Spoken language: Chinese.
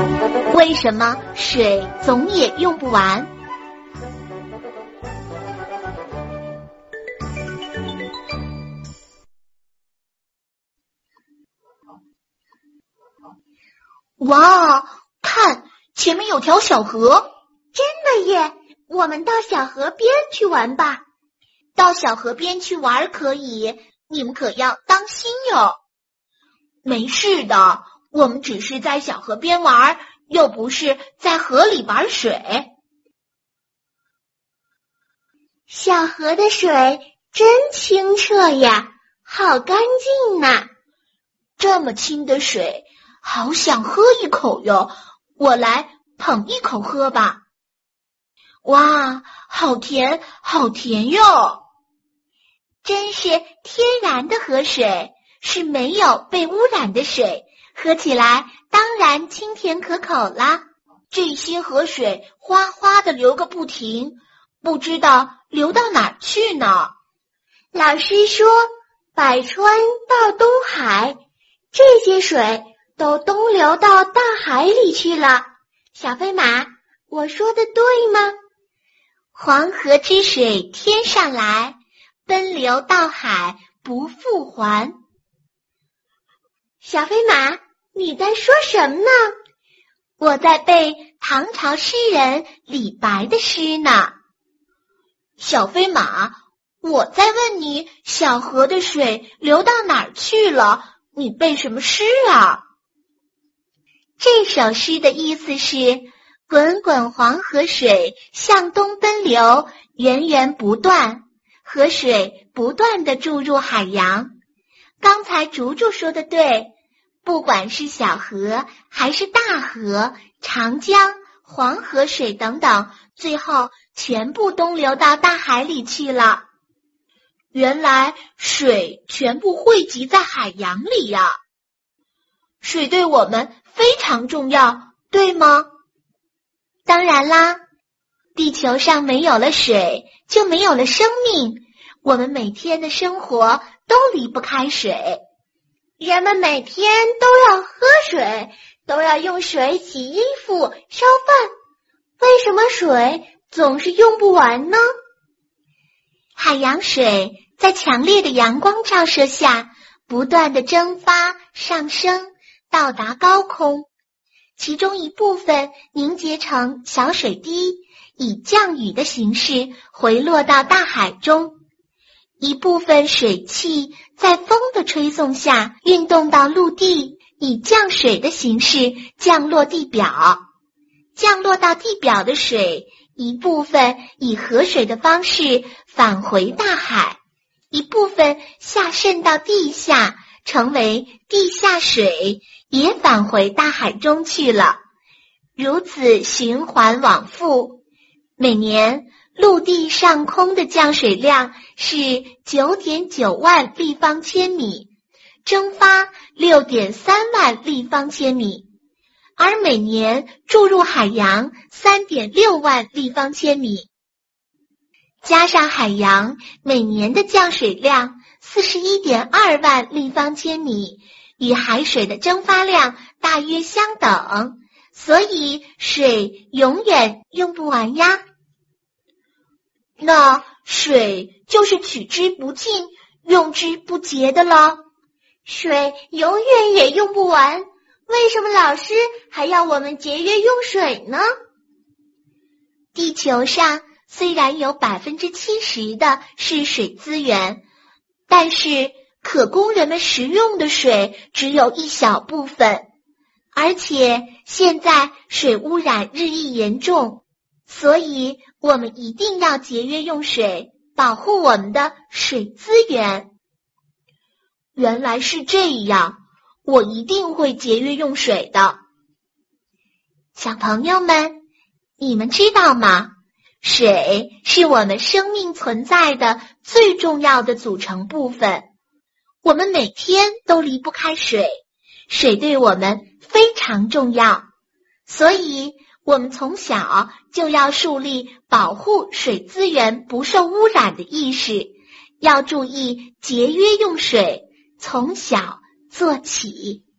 为什么水总也用不完？哇，看，前面有条小河。 真的耶，我们到小河边去玩吧。 到小河边去玩可以，你们可要当心哟。没事的，我们只是在小河边玩，又不是在河里玩水。 小河的水真清澈呀，好干净呐！ 这么清的水，好想喝一口哟，我来捧一口喝吧。哇，好甜，好甜哟！ 真是天然的河水，是没有被污染的水，喝起来当然清甜可口啦。 这些河水哗哗地流个不停，不知道流到哪儿去呢。 老师说，百川到东海，这些水都东流到大海里去了。小飞马，我说的对吗？黄河之水天上来，奔流到海不复还。小飞马，你在说什么呢？我在背唐朝诗人李白的诗呢。 小飞马，我在问你，小河的水流到哪儿去了？你背什么诗啊？ 这首诗的意思是，滚滚黄河水向东奔流，源源不断，河水不断地注入海洋。刚才竹竹说的对，不管是小河还是大河、长江、黄河水等等，最后全部东流到大海里去了。 原来水全部汇集在海洋里呀！水对我们非常重要，对吗？ 当然啦，地球上没有了水，就没有了生命。我们每天的生活都离不开水。人们每天都要喝水，都要用水洗衣服、烧饭。为什么水总是用不完呢？海洋水在强烈的阳光照射下，不断地蒸发、上升，到达高空。其中一部分凝结成小水滴，以降雨的形式回落到大海中。一部分水汽在风的吹送下运动到陆地，以降水的形式降落地表。降落到地表的水，一部分以河水的方式返回大海，一部分下渗到地下，成为地下水，也返回大海中去了。如此循环往复，每年陆地上空的降水量是 9.9 万立方千米，蒸发 6.3 万立方千米，而每年注入海洋 3.6 万立方千米。加上海洋每年的降水量 41.2 万立方千米，与海水的蒸发量大约相等，所以水永远用不完呀。 那水就是取之不尽、用之不竭的了。 水永远也用不完，为什么老师还要我们节约用水呢？地球上虽然有 70% 的是水资源，但是可供人们食用的水只有一小部分，而且现在水污染日益严重，所以我们一定要节约用水，保护我们的水资源。 原来是这样，我一定会节约用水的。 小朋友们，你们知道吗？水是我们生命存在的最重要的组成部分。我们每天都离不开水，水对我们非常重要，所以我们从小就要树立保护水资源不受污染的意识，要注意节约用水，从小做起。